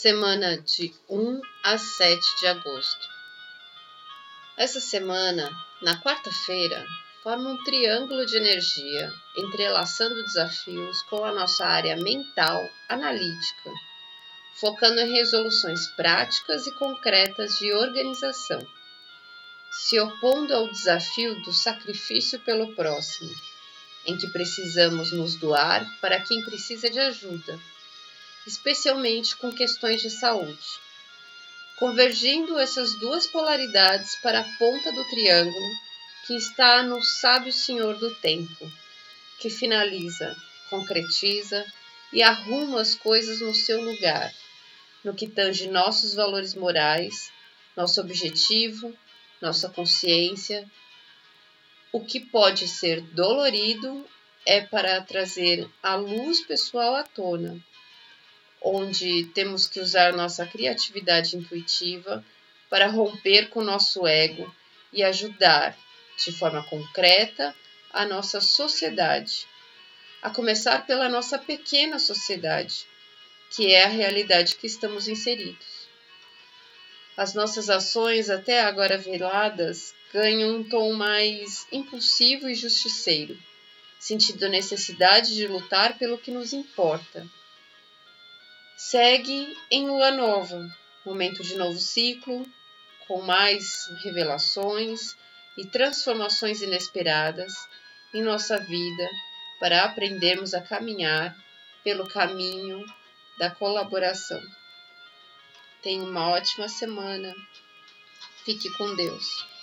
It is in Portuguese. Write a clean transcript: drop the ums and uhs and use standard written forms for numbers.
semana de 1 a 7 de agosto. Essa semana, na quarta-feira, forma um triângulo de energia, entrelaçando desafios com a nossa área mental analítica, focando em resoluções práticas e concretas de organização, se opondo ao desafio do sacrifício pelo próximo, em que precisamos nos doar para quem precisa de ajuda, especialmente com questões de saúde. Convergindo essas duas polaridades para a ponta do triângulo que está no sábio Senhor do Tempo, que finaliza, concretiza e arruma as coisas no seu lugar, no que tange nossos valores morais, nosso objetivo, nossa consciência. O que pode ser dolorido é para trazer a luz pessoal à tona, onde temos que usar nossa criatividade intuitiva para romper com nosso ego e ajudar, de forma concreta, a nossa sociedade, a começar pela nossa pequena sociedade, que é a realidade que estamos inseridos. As nossas ações, até agora veladas, ganham um tom mais impulsivo e justiceiro, sentindo necessidade de lutar pelo que nos importa. Segue em lua nova, momento de novo ciclo, com mais revelações e transformações inesperadas em nossa vida para aprendermos a caminhar pelo caminho da colaboração. Tenha uma ótima semana. Fique com Deus.